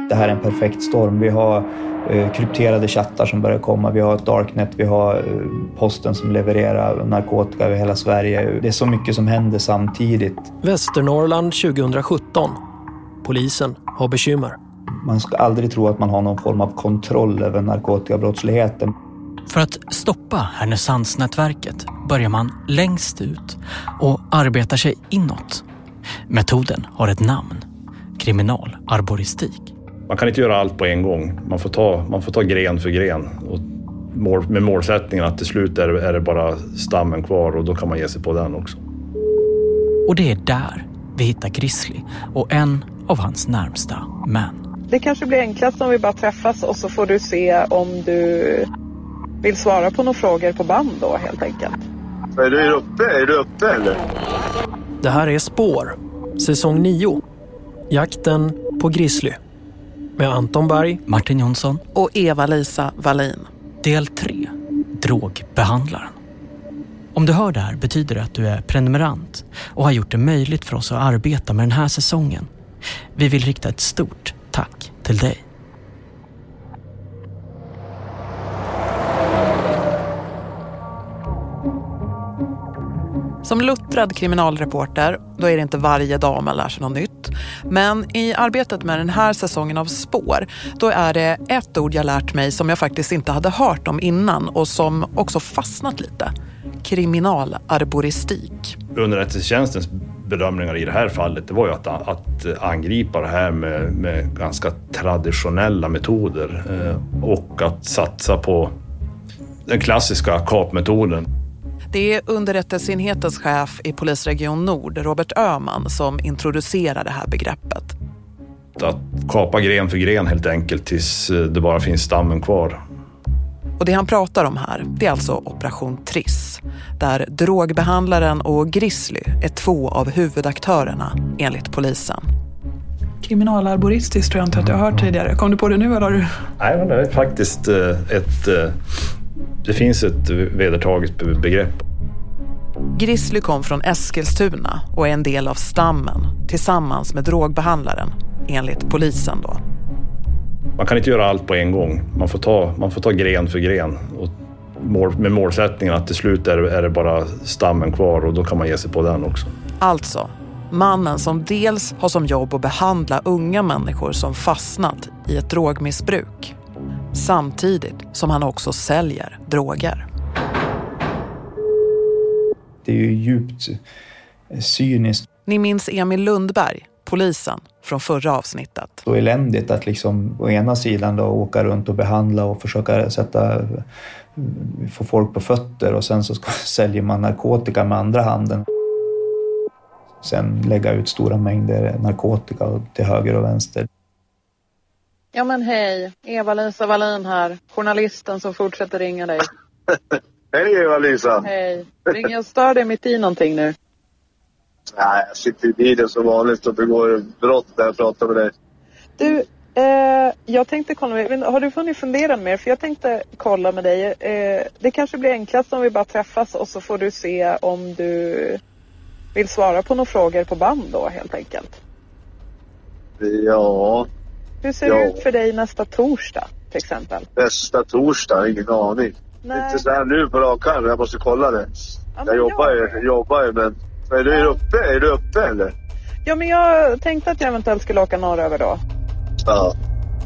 Det här är en perfekt storm. Vi har krypterade chattar som börjar komma. Vi har ett darknet, vi har posten som levererar narkotika över hela Sverige. Det är så mycket som händer samtidigt. Västernorrland 2017. Polisen har bekymmer. Man ska aldrig tro att man har någon form av kontroll över narkotikabrottsligheten. För att stoppa Härnösandsnätverket börjar man längst ut och arbetar sig inåt. Metoden har ett namn. Kriminalarboristik. Man kan inte göra allt på en gång. Man får ta gren för gren. Och med målsättningen att till slut är det bara stammen kvar och då kan man ge sig på den också. Och det är där vi hittar Grizzly och en av hans närmsta män. Det kanske blir enklast om vi bara träffas och så får du se om du vill svara på några frågor på band då helt enkelt. Är du uppe eller? Det här är Spår, säsong 9. Jakten på Grizzly. Med Anton Berg, Martin Jonsson och Eva-Lisa Wallin. Del 3. Drogbehandlaren. Om du hör det här betyder det att du är prenumerant och har gjort det möjligt för oss att arbeta med den här säsongen. Vi vill rikta ett stort tack till dig. Som luttrad kriminalreporter, då är det inte varje dag man lär sig något nytt. Men i arbetet med den här säsongen av Spår, då är det ett ord jag lärt mig som jag faktiskt inte hade hört om innan och som också fastnat lite. Kriminalarboristik. Underrättelsetjänstens bedömningar i det här fallet, det var ju att angripa det här med ganska traditionella metoder och att satsa på den klassiska kapmetoden. Det är underrättelseenhetens chef i Polisregion Nord, Robert Öhman, som introducerar det här begreppet. Att kapa gren för gren helt enkelt tills det bara finns stammen kvar. Och det han pratar om här, det är alltså Operation Triss, där drogbehandlaren och Grizzly är två av huvudaktörerna enligt polisen. Kriminalarboristiskt tror jag inte att jag har hört tidigare. Kom du på det nu eller har du? Nej, men det är faktiskt det finns ett vedertaget begrepp. Grizzly kom från Eskilstuna och är en del av stammen tillsammans med drogbehandlaren, enligt polisen då. Man kan inte göra allt på en gång. Man får ta gren för gren. Och med målsättningen att till slut är det bara stammen kvar och då kan man ge sig på den också. Alltså, mannen som dels har som jobb att behandla unga människor som fastnat i ett drogmissbruk. Samtidigt som han också säljer droger. Det är ju djupt cyniskt. Ni minns Emil Lundberg, polisen, från förra avsnittet. Så eländigt att liksom å ena sidan då åka runt och behandla och försöka få folk på fötter och sen så säljer man narkotika med andra handen. Sen lägga ut stora mängder narkotika till höger och vänster. Ja men hej, Eva-Lisa Wallin här, journalisten som fortsätter ringa dig. Hej Eva-Lisa. Hej, ringer jag stör dig mitt i någonting nu? Nej, jag sitter i bilen som vanligt och begår brott när jag pratar med dig. Du, jag tänkte kolla med, har du funnit fundera mer? För jag tänkte kolla med dig. Det kanske blir enklast om vi bara träffas och så får du se om du vill svara på några frågor på band då helt enkelt. Ja. Hur ser det ut för dig nästa torsdag till exempel? Nästa torsdag? Ingen aning. Nej. Inte så här nu på rakan, jag måste kolla det. Ja, jag jobbar ju, men är du uppe eller? Ja, men jag tänkte att jag eventuellt skulle åka norröver då. Ja.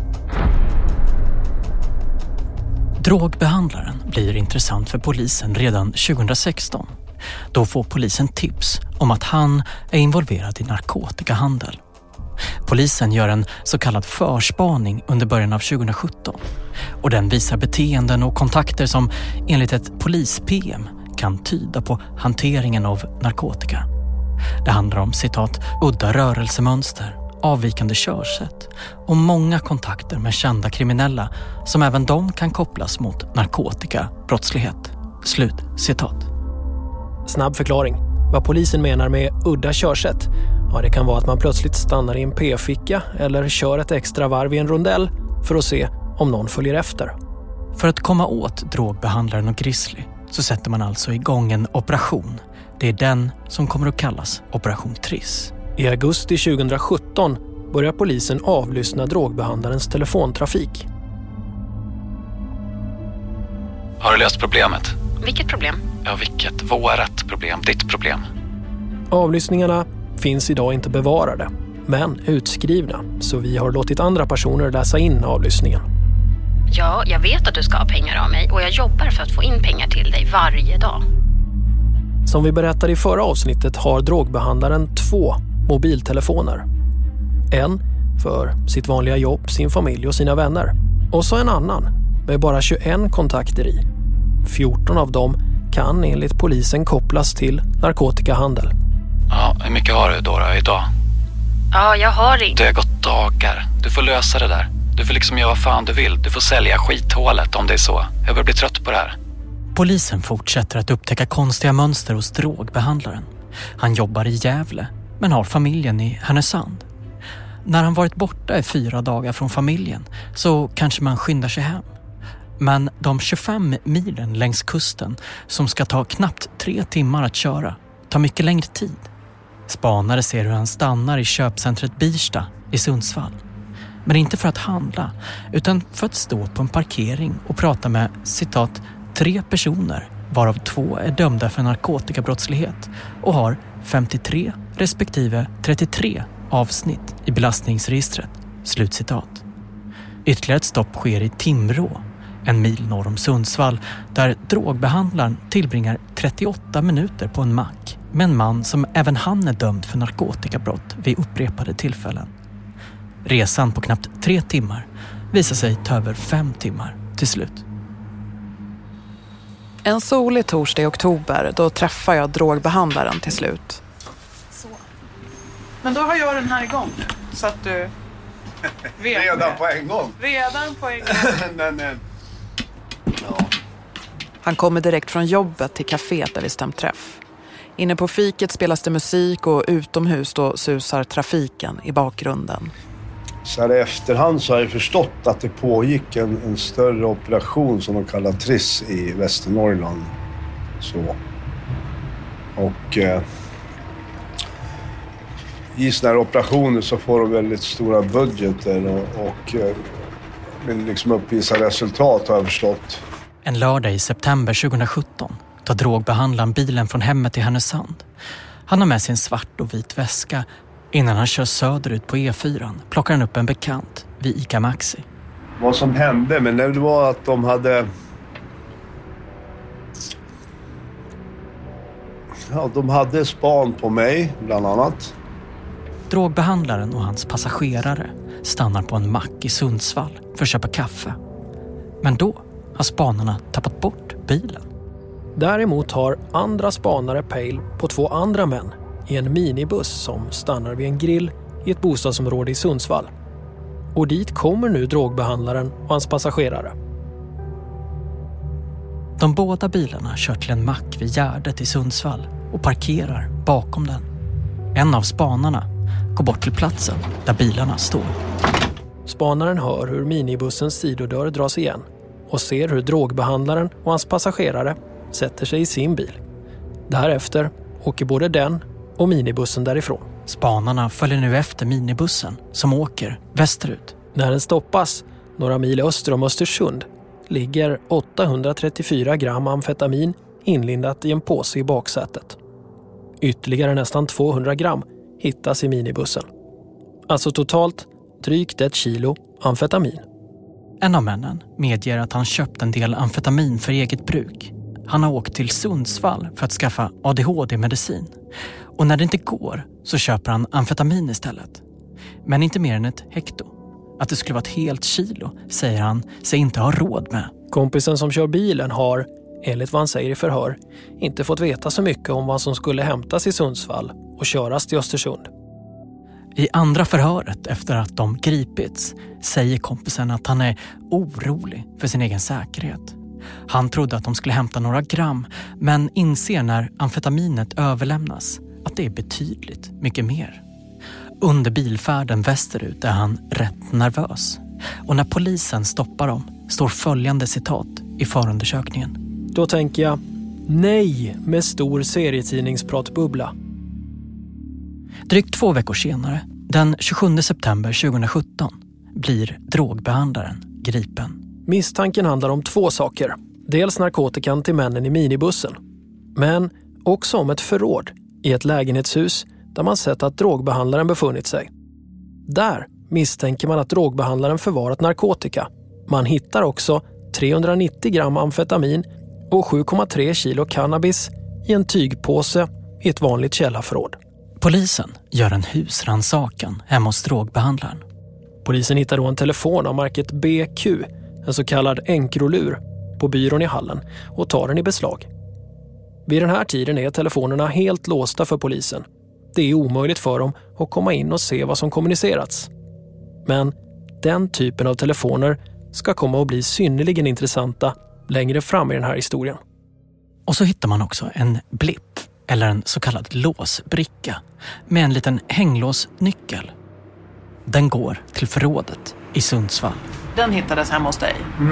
Drogbehandlaren blir intressant för polisen redan 2016. Då får polisen tips om att han är involverad i narkotikahandel. Polisen gör en så kallad förspaning under början av 2017 och den visar beteenden och kontakter som enligt ett polis-PM kan tyda på hanteringen av narkotika. Det handlar om citat udda rörelsemönster, avvikande körsätt och många kontakter med kända kriminella som även de kan kopplas mot narkotikabrottslighet. Slut citat. Snabb förklaring. Vad polisen menar med udda körsätt. Ja, det kan vara att man plötsligt stannar i en p-ficka eller kör ett extra varv i en rondell för att se om någon följer efter. För att komma åt drogbehandlaren och Grizzly så sätter man alltså igång en operation. Det är den som kommer att kallas Operation Triss. I augusti 2017 börjar polisen avlyssna drogbehandlarens telefontrafik. Har du löst problemet? Vilket problem? Ja, vilket? Vårat problem, ditt problem. Avlyssningarna finns idag inte bevarade, men utskrivna, så vi har låtit andra personer läsa in avlyssningen. Ja, jag vet att du ska ha pengar av mig och jag jobbar för att få in pengar till dig varje dag. Som vi berättade i förra avsnittet har drogbehandlaren 2 mobiltelefoner. En för sitt vanliga jobb, sin familj och sina vänner. Och så en annan med bara 21 kontakter i. 14 av dem kan enligt polisen kopplas till narkotikahandel. Ja, hur mycket har du då idag? Ja, jag har inte. Det har gått dagar. Du får lösa det där. Du får liksom göra vad fan du vill. Du får sälja skithålet om det är så. Jag börjar bli trött på det här. Polisen fortsätter att upptäcka konstiga mönster hos drogbehandlaren. Han jobbar i Gävle, men har familjen i Härnösand. När han varit borta i 4 dagar från familjen så kanske man skyndar sig hem. Men de 25 milen längs kusten som ska ta knappt 3 timmar att köra tar mycket längre tid. Spanare ser hur han stannar i köpcentret Birsta i Sundsvall. Men inte för att handla, utan för att stå på en parkering och prata med, citat, 3 personer, varav 2 är dömda för narkotikabrottslighet och har 53 respektive 33 avsnitt i belastningsregistret, slutcitat. Ytterligare ett stopp sker i Timrå, en mil norr om Sundsvall, där drogbehandlaren tillbringar 38 minuter på en mack med en man som även han är dömd för narkotikabrott vid upprepade tillfällen. Resan på knappt 3 timmar visar sig ta över 5 timmar till slut. En solig torsdag i oktober, då träffar jag drogbehandlaren till slut. Så. Men då har jag den här igång nu, så att du vet. Redan på en gång? Redan på en gång. Men, ja. Han kommer direkt från jobbet till kaféet där vi stämt träff. Inne på fiket spelas det musik och utomhus då susar trafiken i bakgrunden. Så här i efterhand så har jag förstått att det pågick en större operation som de kallar TRIS i Västernorrland. Så. Och i sådana här operationer så får de väldigt stora budgeter och vill liksom uppvisa resultat, har jag förstått. En lördag i september 2017 tar drogbehandlaren bilen från hemmet i Härnösand. Han har med sin svart och vit väska. Innan han kör söderut på E4 plockar han upp en bekant vid ICA Maxi. Vad som hände, men det var att de hade span på mig bland annat. Drogbehandlaren och hans passagerare stannar på en mack i Sundsvall för att köpa kaffe. Men då har spanarna tappat bort bilen. Däremot har andra spanare pejl på 2 andra män i en minibuss som stannar vid en grill i ett bostadsområde i Sundsvall. Och dit kommer nu drogbehandlaren och hans passagerare. De båda bilarna kör till en mack vid Gärdet i Sundsvall och parkerar bakom den. En av spanarna går bort till platsen där bilarna står. Spanaren hör hur minibussens sidodörr dras igen och ser hur drogbehandlaren och hans passagerare sätter sig i sin bil. Därefter åker både den och minibussen därifrån. Spanarna följer nu efter minibussen som åker västerut. När den stoppas några mil öster om Östersund ligger 834 gram amfetamin inlindat i en påse i baksätet. Ytterligare nästan 200 gram hittas i minibussen. Alltså totalt drygt 1 kilo amfetamin. En av männen medger att han köpt en del amfetamin för eget bruk. Han har åkt till Sundsvall för att skaffa ADHD-medicin. Och när det inte går så köper han amfetamin istället. Men inte mer än 1 hekto. Att det skulle vara ett helt kilo säger han sig inte ha råd med. Kompisen som kör bilen har, enligt vad han säger i förhör, inte fått veta så mycket om vad som skulle hämtas i Sundsvall och köras till Östersund. I andra förhöret efter att de gripits säger kompisen att han är orolig för sin egen säkerhet. Han trodde att de skulle hämta några gram, men inser när amfetaminet överlämnas att det är betydligt mycket mer. Under bilfärden västerut är han rätt nervös. Och när polisen stoppar dem står följande citat i förundersökningen. Då tänker jag, nej med stor serietidningspratbubbla. Drygt 2 veckor senare, Den 27 september 2017 blir drogbehandlaren gripen. Misstanken handlar om 2 saker. Dels narkotikan till männen i minibussen. Men också om ett förråd i ett lägenhetshus där man sett att drogbehandlaren befunnit sig. Där misstänker man att drogbehandlaren förvarat narkotika. Man hittar också 390 gram amfetamin och 7,3 kilo cannabis i en tygpåse i ett vanligt källarförråd. Polisen gör en husrannsakan hemma hos drogbehandlaren. Polisen hittar då en telefon av märket BQ, en så kallad enkrolur, på byrån i hallen och tar den i beslag. Vid den här tiden är telefonerna helt låsta för polisen. Det är omöjligt för dem att komma in och se vad som kommunicerats. Men den typen av telefoner ska komma att bli synnerligen intressanta längre fram i den här historien. Och så hittar man också en blipp, eller en så kallad låsbricka, med en liten hänglåsnyckel. Den går till förrådet i Sundsvall. Den hittades hemma hos dig?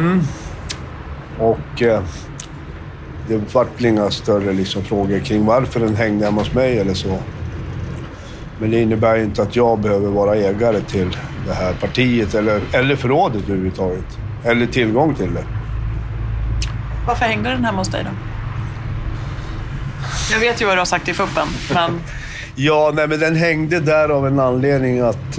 Och det var inga större frågor kring varför den hängde hemma hos mig eller så. Men det innebär inte att jag behöver vara ägare till det här partiet eller förrådet överhuvudtaget. Eller tillgång till det. Varför hängde den hemma hos dig då? Jag vet ju vad du har sagt i fuppen, men... Ja, nej, men den hängde där av en anledning att...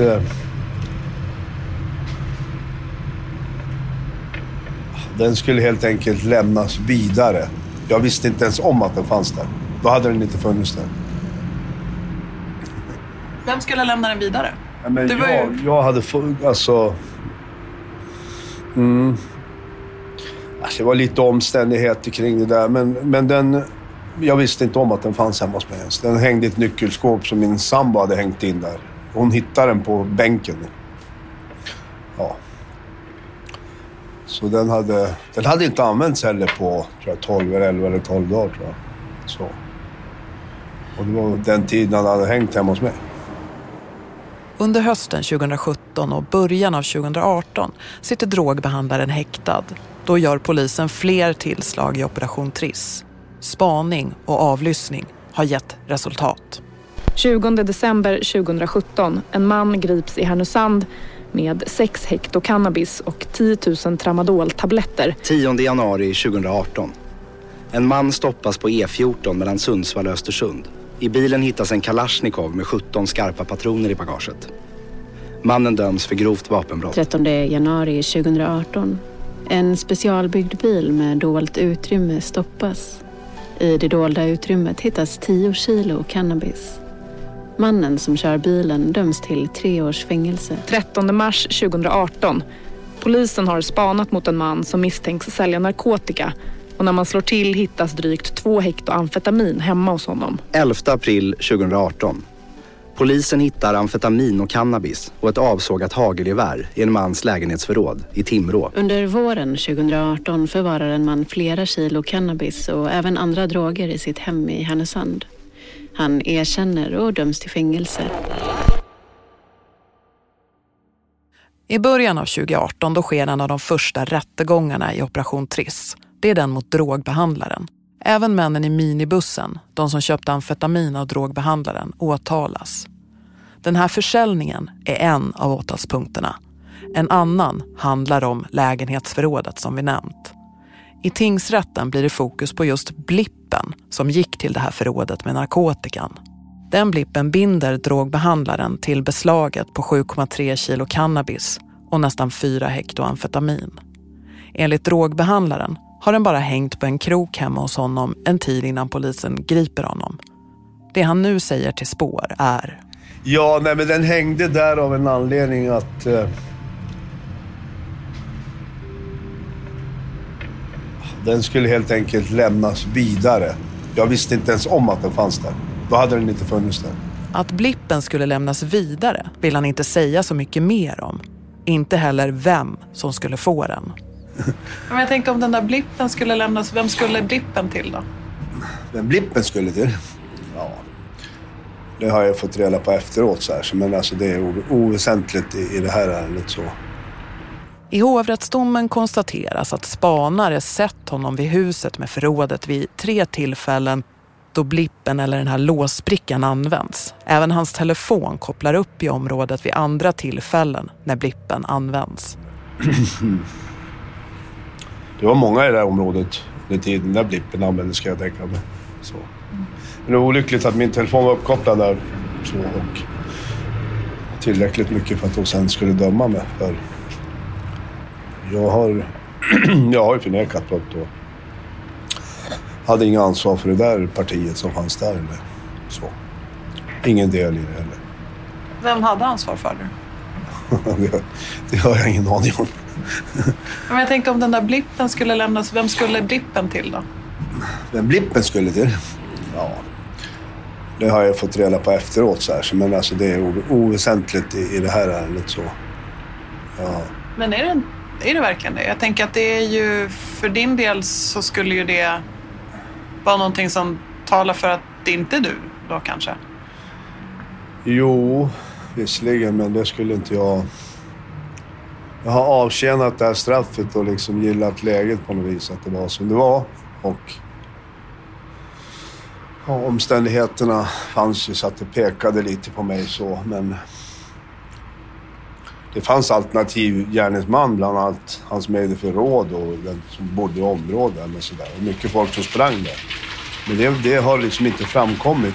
den skulle helt enkelt lämnas vidare. Jag visste inte ens om att den fanns där. Då hade den inte funnits där. Vem skulle lämna den vidare? Ja, men jag hade... Alltså, det var lite omständigheter kring det där. Men den... Jag visste inte om att den fanns hemma hos mig ens. Den hängde i ett nyckelskåp som min sambo hade hängt in där. Hon hittade den på bänken. Ja. Så den hade inte använts heller på 12 eller 12 dagar tror jag. Så. Och det var den tiden han hade hängt hemma hos mig. Under hösten 2017 och början av 2018 sitter drogbehandlaren häktad. Då gör polisen fler tillslag i Operation Triss. Spaning och avlyssning har gett resultat. 20 december 2017. En man grips i Härnösand med 6 hekto cannabis och 10 000 tramadol-tabletter. 10 januari 2018. En man stoppas på E14 mellan Sundsvall och Östersund. I bilen hittas en Kalashnikov med 17 skarpa patroner i bagaget. Mannen döms för grovt vapenbrott. 13 januari 2018. En specialbyggd bil med dolt utrymme stoppas. I det dolda utrymmet hittas 10 kilo cannabis. Mannen som kör bilen döms till 3 års fängelse. 13 mars 2018. Polisen har spanat mot en man som misstänks sälja narkotika. Och när man slår till hittas drygt 2 hekto amfetamin hemma hos honom. 11 april 2018. Polisen hittar amfetamin och cannabis och ett avsågat hagelgevär i en mans lägenhetsförråd i Timrå. Under våren 2018 förvarar en man flera kilo cannabis och även andra droger i sitt hem i Härnösand. Han erkänner och döms till fängelse. I början av 2018 då sker en av de första rättegångarna i Operation Triss. Det är den mot drogbehandlaren. Även männen i minibussen, de som köpte amfetamin av drogbehandlaren, åtalas. Den här försäljningen är en av åtalspunkterna. En annan handlar om lägenhetsförrådet som vi nämnt. I tingsrätten blir det fokus på just blippen som gick till det här förrådet med narkotikan. Den blippen binder drogbehandlaren till beslaget på 7,3 kilo cannabis och nästan 4 hekto amfetamin. Enligt drogbehandlaren har den bara hängt på en krok hemma hos honom en tid innan polisen griper honom. Det han nu säger till Spår är... Ja, nej, men den hängde där av en anledning att... den skulle helt enkelt lämnas vidare. Jag visste inte ens om att den fanns där. Då hade den inte funnits där. Att blippen skulle lämnas vidare vill han inte säga så mycket mer om. Inte heller vem som skulle få den. Men jag tänkte om den där blippen skulle lämnas, vem skulle blippen till då? Den blippen skulle till? Ja, det har jag fått reda på efteråt så här. Men alltså det är oväsentligt i det här ärendet så. I hovrättsdomen konstateras att spanare sett honom vid huset med förrådet vid 3 tillfällen då blippen eller den här låsbrickan används. Även hans telefon kopplar upp i området vid andra tillfällen när blippen används. Det var många i det här området under tiden när blippen användes, ska jag tänka mig. Så. Men det var olyckligt att min telefon var uppkopplad där. Så, och tillräckligt mycket för att de sen skulle döma mig. För jag har ju förnekat brott och hade inga ansvar för det där partiet som fanns där. Eller så. Ingen del i det heller. Vem hade ansvar för det? Det har jag ingen aning om. Men jag tänkte om den där blippen skulle lämnas, vem skulle blippen till då? Vem blippen skulle till? Ja, det har jag fått reda på efteråt så här. Men alltså det är oväsentligt i det här ärendet så. Ja. Men är det verkligen det? Jag tänker att det är ju, för din del så skulle ju det vara någonting som talar för att det inte är du då kanske? Jo, visserligen, men det skulle inte jag. Jag har avtjänat det här straffet och liksom gillat läget på något vis, att det var som det var. Och ja, omständigheterna fanns ju så att det pekade lite på mig så, men det fanns alternativ gärningsman, bland annat hans medförråd och den som bodde i området med sådär. Och mycket folk som sprang där. Men det har liksom inte framkommit.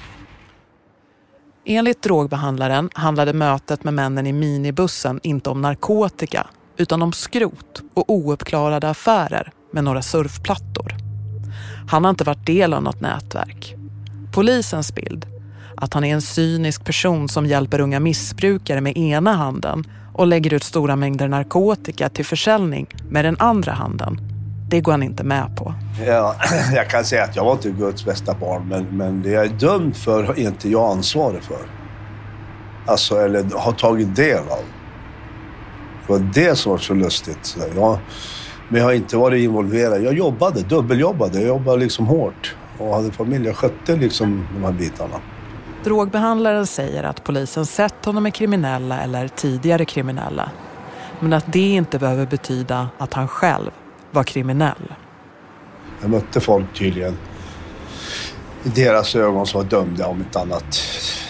Enligt drogbehandlaren handlade mötet med männen i minibussen inte om narkotika utan om skrot och ouppklarade affärer med några surfplattor. Han har inte varit del av något nätverk. Polisens bild, att han är en cynisk person som hjälper unga missbrukare med ena handen och lägger ut stora mängder narkotika till försäljning med den andra handen, det går han inte med på. Ja, jag kan säga att jag var inte Guds bästa barn, men det jag är dömd för är inte jag ansvarig för. Alltså, eller har tagit del av. Det var det som var så lustigt. Men jag har inte varit involverad. Jag dubbeljobbade. Jag jobbade liksom hårt och hade familj. Jag skötte liksom de här bitarna. Drogbehandlaren säger att polisen sett honom med kriminella eller tidigare kriminella. Men att det inte behöver betyda att han själv var kriminell. Jag mötte folk tydligen i deras ögon som var dömda om ett annat.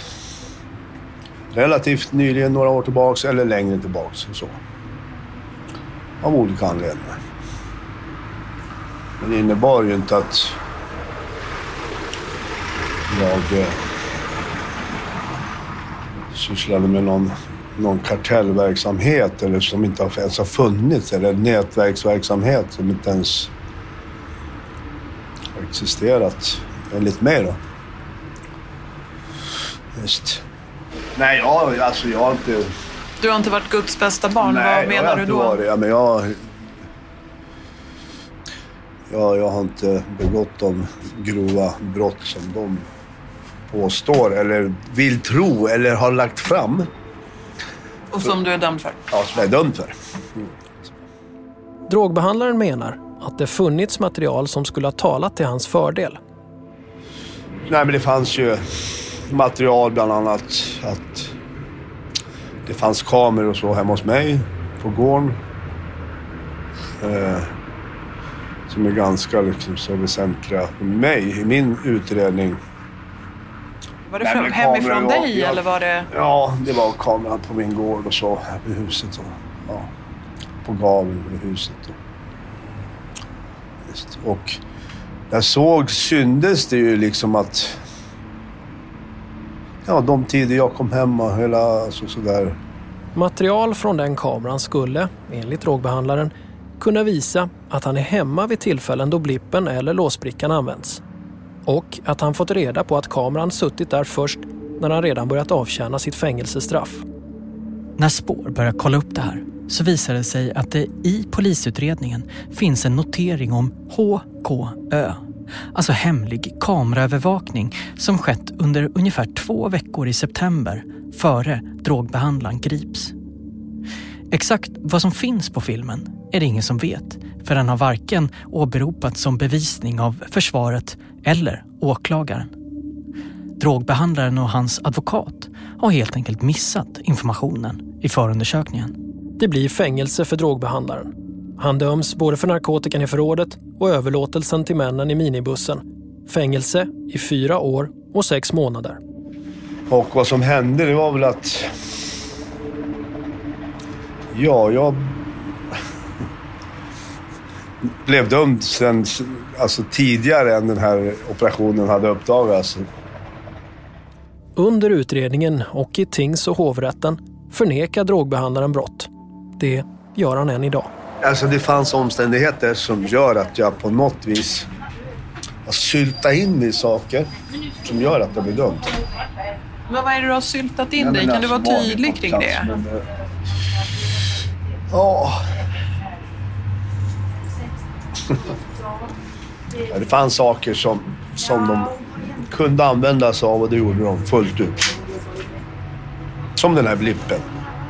Relativt nyligen, några år tillbaks eller längre tillbaks. Så. Av olika anledningar. Men det innebar ju inte att jag sysslade med någon kartellverksamhet eller som inte ens har funnits, eller nätverksverksamhet som inte ens har existerat enligt mig då. Just. Nej, jag har inte. Du har inte varit Guds bästa barn. Nej, vad menar du då? Varit. Ja, men jag har inte begått de grova brott som de påstår eller vill tro eller har lagt fram. Och som du är dömd för? Ja, som jag är dömd för. Drogbehandlaren menar att det funnits material som skulle ha talat till hans fördel. Nej, men det fanns ju material bland annat att det fanns kameror och så hemma hos mig på gården. Som är ganska liksom så väsentliga för mig i min utredning. Var det hemifrån dig eller var det? Ja, det var kameran på min gård och så här vid huset. Och, ja, på gaveln vid huset. Och där syndes det ju liksom att de tider jag kom hem och hela alltså sådär. Material från den kameran skulle, enligt drogbehandlaren, kunna visa att han är hemma vid tillfällen då blippen eller låsbrickan används. Och att han fått reda på att kameran suttit där först när han redan börjat avtjäna sitt fängelsestraff. När Spår börjar kolla upp det här så visar det sig att det i polisutredningen finns en notering om HKÖ. Alltså hemlig kameraövervakning som skett under ungefär 2 veckor i september före drogbehandlaren grips. Exakt vad som finns på filmen är det ingen som vet, för den har varken åberopats som bevisning av försvaret eller åklagaren. Drogbehandlaren och hans advokat har helt enkelt missat informationen i förundersökningen. Det blir fängelse för drogbehandlaren. Han döms både för narkotikan i förrådet och överlåtelsen till männen i minibussen Fängelse i 4 år och 6 månader. Och vad som hände, det var väl att... Ja, jag blev dömd sen, alltså tidigare än den här operationen hade uppdagats. Under utredningen och i tings- och hovrätten förnekar drogbehandlaren brott. Det gör han än idag. Alltså det fanns omständigheter som gör att jag på något vis har syltat in i saker som gör att jag blir dömd. Men vad är det du har syltat in dig? Kan du vara tydlig kring det? Ja. Det fanns saker som de kunde användas av och det gjorde de fullt ut. Som den här blippen.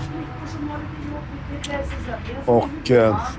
Och...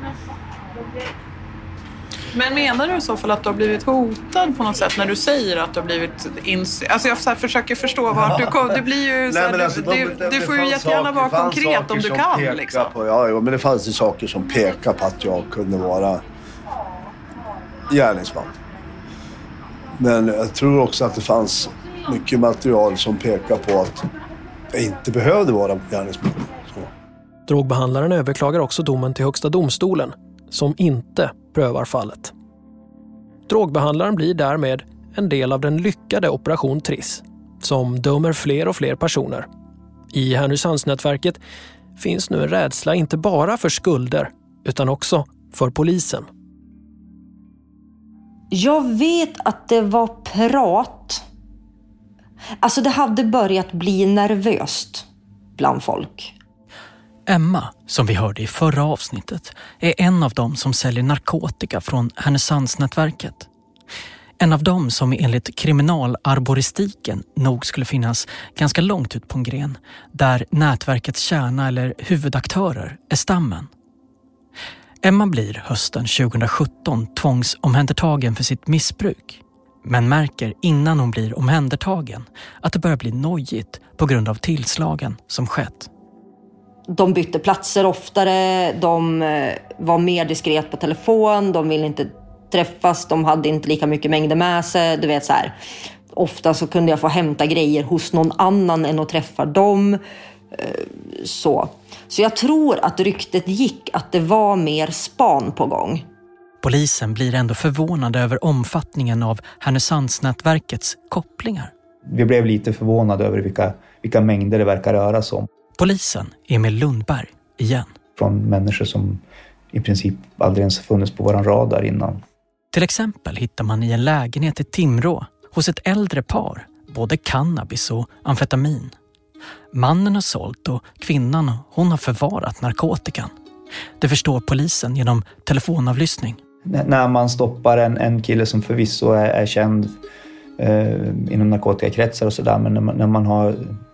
Men menar du i så fall att du har blivit hotad på något sätt när du säger att du har blivit... Alltså jag försöker förstå vart du kom. Det blir ju... Så här, alltså, du får ju jättegärna vara konkret om du kan. Liksom. Ja, men det fanns ju saker som pekar på att jag kunde vara gärningsman. Men jag tror också att det fanns mycket material som pekar på att jag inte behövde vara gärningsman. Så. Drogbehandlaren överklagar också domen till Högsta domstolen, som inte prövar fallet. Drogbehandlaren blir därmed en del av den lyckade Operation Triss, som dömer fler och fler personer. I Härnösandsnätverket finns nu en rädsla inte bara för skulder, utan också för polisen. Jag vet att det var prat. Alltså det hade börjat bli nervöst bland folk. Emma, som vi hörde i förra avsnittet, är en av dem som säljer narkotika från Härnösandsnätverket. En av dem som enligt kriminalarboristiken nog skulle finnas ganska långt ut på en gren, där nätverkets kärna eller huvudaktörer är stammen. Emma blir hösten 2017 tvångsomhändertagen för sitt missbruk, men märker innan hon blir omhändertagen att det börjar bli nojigt på grund av tillslagen som skett. De bytte platser oftare, de var mer diskret på telefon, de ville inte träffas, de hade inte lika mycket mängder med sig, du vet så här. Ofta så kunde jag få hämta grejer hos någon annan än att träffa dem. Så jag tror att ryktet gick att det var mer span på gång. Polisen blir ändå förvånad över omfattningen av Härnösandsnätverkets kopplingar. Vi blev lite förvånade över vilka mängder det verkar röra sig om. Polisen Emil Lundberg igen. Från människor som i princip aldrig ens funnits på våran radar innan. Till exempel hittar man i en lägenhet i Timrå hos ett äldre par både cannabis och amfetamin. Mannen har sålt och kvinnan, hon har förvarat narkotikan. Det förstår polisen genom telefonavlyssning. När man stoppar en kille som förvisso är känd inom narkotikakretsar och sådär, men när man har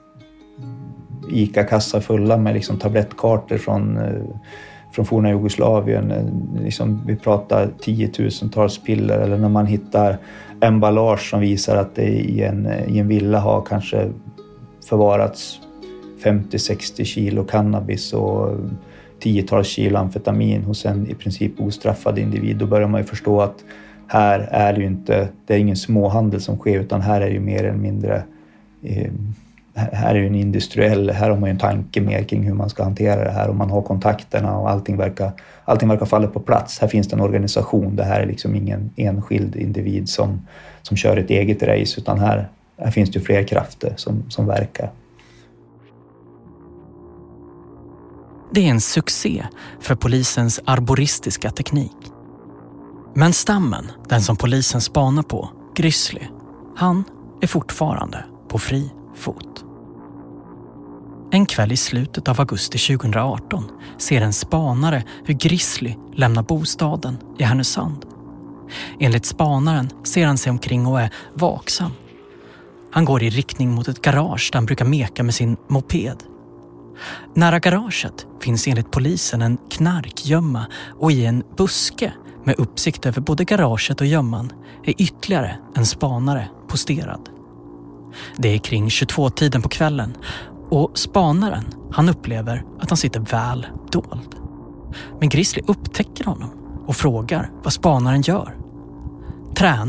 ICA-kassar fulla med liksom tablettkartor från forna Jugoslavien, liksom, vi pratar 10 000-tals piller, eller när man hittar emballage som visar att det i en villa har kanske förvarats 50-60 kilo cannabis och 10-tals kilo amfetamin hos en i princip ostraffad individ, då börjar man ju förstå att här är det ju inte, det är ingen småhandel som sker, utan här är det ju mer eller mindre här är ju en industriell, här har man ju en tanke mer kring hur man ska hantera det här, och man har kontakterna och allting verkar falla på plats. Här finns det en organisation, det här är liksom ingen enskild individ som kör ett eget race, utan här finns det ju fler krafter som verkar. Det är en succé för polisens arboristiska teknik. Men stammen, den som polisen spanar på, Grizzly, han är fortfarande på fri fot. En kväll i slutet av augusti 2018 ser en spanare hur Grizzly lämnar bostaden i Härnösand. Enligt spanaren ser han sig omkring och är vaksam. Han går i riktning mot ett garage där han brukar meka med sin moped. Nära garaget finns enligt polisen en knarkgömma, och i en buske med uppsikt över både garaget och gömman är ytterligare en spanare posterad. Det är kring 22-tiden på kvällen, och spanaren, han upplever att han sitter väl dold. Men Grizzly upptäcker honom och frågar vad spanaren gör. Tränar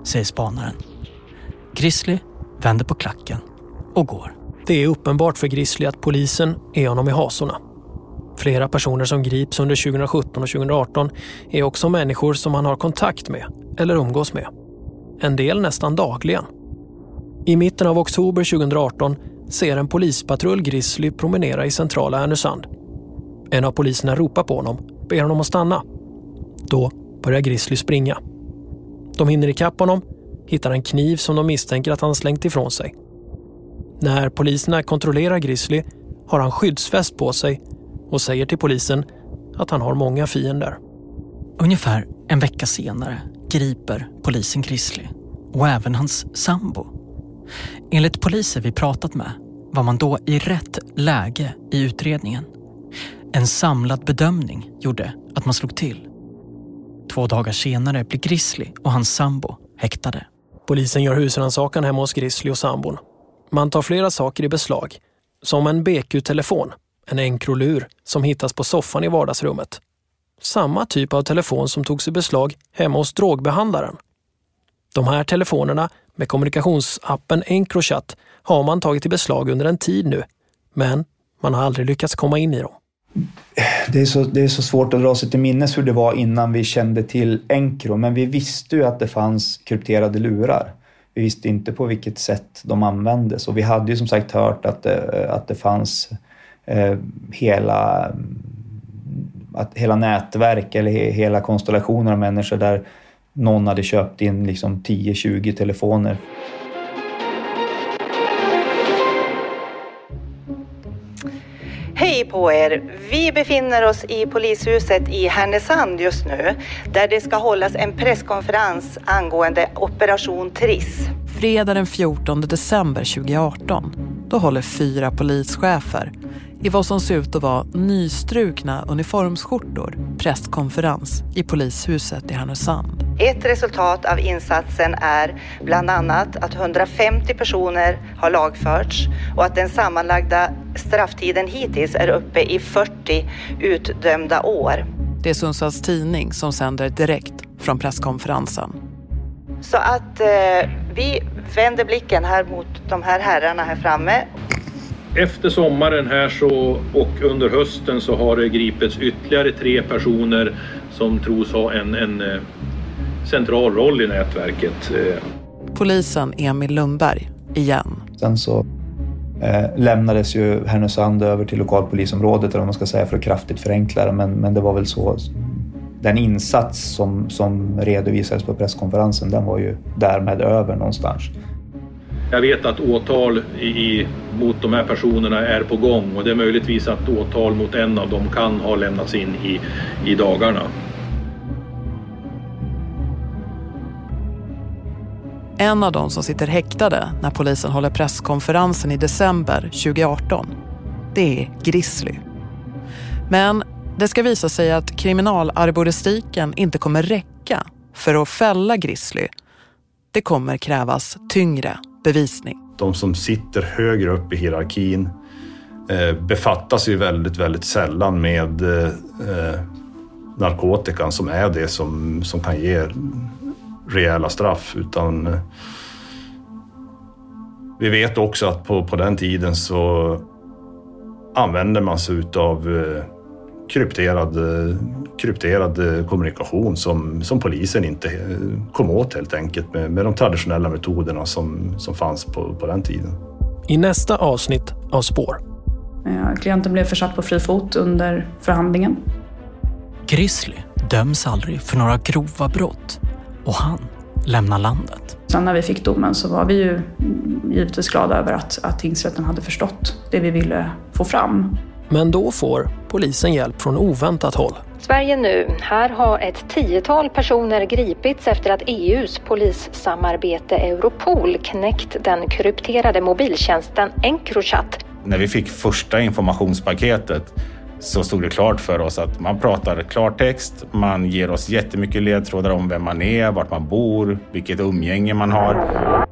säger spanaren. Grizzly vänder på klacken och går. Det är uppenbart för Grizzly att polisen är honom i hasorna. Flera personer som grips under 2017 och 2018 är också människor som han har kontakt med eller umgås med. En del nästan dagligen. I mitten av oktober 2018 ser en polispatrull Grizzly promenera i centrala Härnösand. En av poliserna ropar på honom, ber honom att stanna. Då börjar Grizzly springa. De hinner ikapp honom, hittar en kniv som de misstänker att han slängt ifrån sig. När poliserna kontrollerar Grizzly har han skyddsväst på sig och säger till polisen att han har många fiender. Ungefär en vecka senare griper polisen Grizzly och även hans sambo. Enligt poliser vi pratat med var man då i rätt läge i utredningen. En samlad bedömning gjorde att man slog till. 2 dagar senare blir Grizzly och hans sambo häktade. Polisen gör husrannsakan hemma hos Grizzly och sambon. Man tar flera saker i beslag, som en BQ-telefon, en Encrolur som hittas på soffan i vardagsrummet. Samma typ av telefon som togs i beslag hemma hos drogbehandlaren. De här telefonerna med kommunikationsappen Encrochat har man tagit i beslag under en tid nu, men man har aldrig lyckats komma in i dem. Det är så svårt att dra sig till minnes hur det var innan vi kände till Encro, men vi visste ju att det fanns krypterade lurar. Vi visste inte på vilket sätt de användes, och vi hade ju som sagt hört att det fanns hela nätverk eller hela konstellationer av människor där någon hade köpt in liksom 10-20 telefoner. Hej på er! Vi befinner oss i polishuset i Härnösand just nu, där det ska hållas en presskonferens angående Operation Triss. Fredag den 14 december 2018, då håller 4 polischefer i vad som ser ut att vara nystrukna uniformsskjortor presskonferens i polishuset i Härnösand. Ett resultat av insatsen är bland annat att 150 personer har lagförts och att den sammanlagda strafftiden hittills är uppe i 40 utdömda år. Det är Sundsvalls Tidning som sänder direkt från presskonferensen. Så att vi vänder blicken här mot de här herrarna här framme. Efter sommaren här och under hösten så har det gripits ytterligare 3 personer som tros ha en central roll i nätverket. Polisen Emil Lundberg igen. Sen så lämnades ju Härnösand över till lokalpolisområdet, eller vad man ska säga, för att kraftigt förenkla det. Men det var väl så. Den insats som redovisades på presskonferensen, den var ju därmed över någonstans. Jag vet att åtal mot de här personerna är på gång, och det är möjligtvis att åtal mot en av dem kan ha lämnats in i dagarna. En av dem som sitter häktade när polisen håller presskonferensen i december 2018, det är Grizzly. Men det ska visa sig att kriminalarborestiken inte kommer räcka för att fälla Grizzly. Det kommer krävas tyngre bevisning. De som sitter högre upp i hierarkin befattas ju väldigt, väldigt sällan med narkotikan, som är det som kan ge rejäla straff. Utan vi vet också att på den tiden så använder man sig av krypterad kommunikation som polisen inte kom åt helt enkelt med de traditionella metoderna som fanns på den tiden. I nästa avsnitt av Spår. Klienten blev försatt på fri fot under förhandlingen. Grizzly döms aldrig för några grova brott och han lämnar landet. Sen när vi fick domen så var vi ju givetvis glada över att tingsrätten hade förstått det vi ville få fram. Men då får polisen hjälp från oväntat håll. Sverige nu. Här har ett 10-tal personer gripits efter att EUs polissamarbete Europol knäckt den krypterade mobiltjänsten Encrochat. När vi fick första informationspaketet så stod det klart för oss att man pratar klartext, man ger oss jättemycket ledtrådar om vem man är, vart man bor, vilket umgänge man har.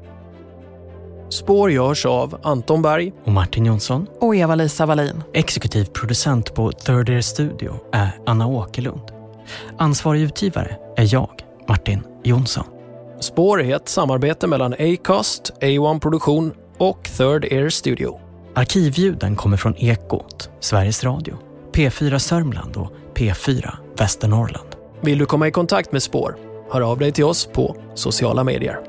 Spår görs av Anton Berg och Martin Jonsson och Eva-Lisa Wallin. Exekutiv producent på Third Ear Studio är Anna Åkerlund. Ansvarig utgivare är jag, Martin Jonsson. Spår är ett samarbete mellan Acast, A1 Produktion och Third Air Studio. Arkivljuden kommer från Ekot, Sveriges Radio, P4 Sörmland och P4 Västernorrland. Vill du komma i kontakt med Spår? Hör av dig till oss på sociala medier.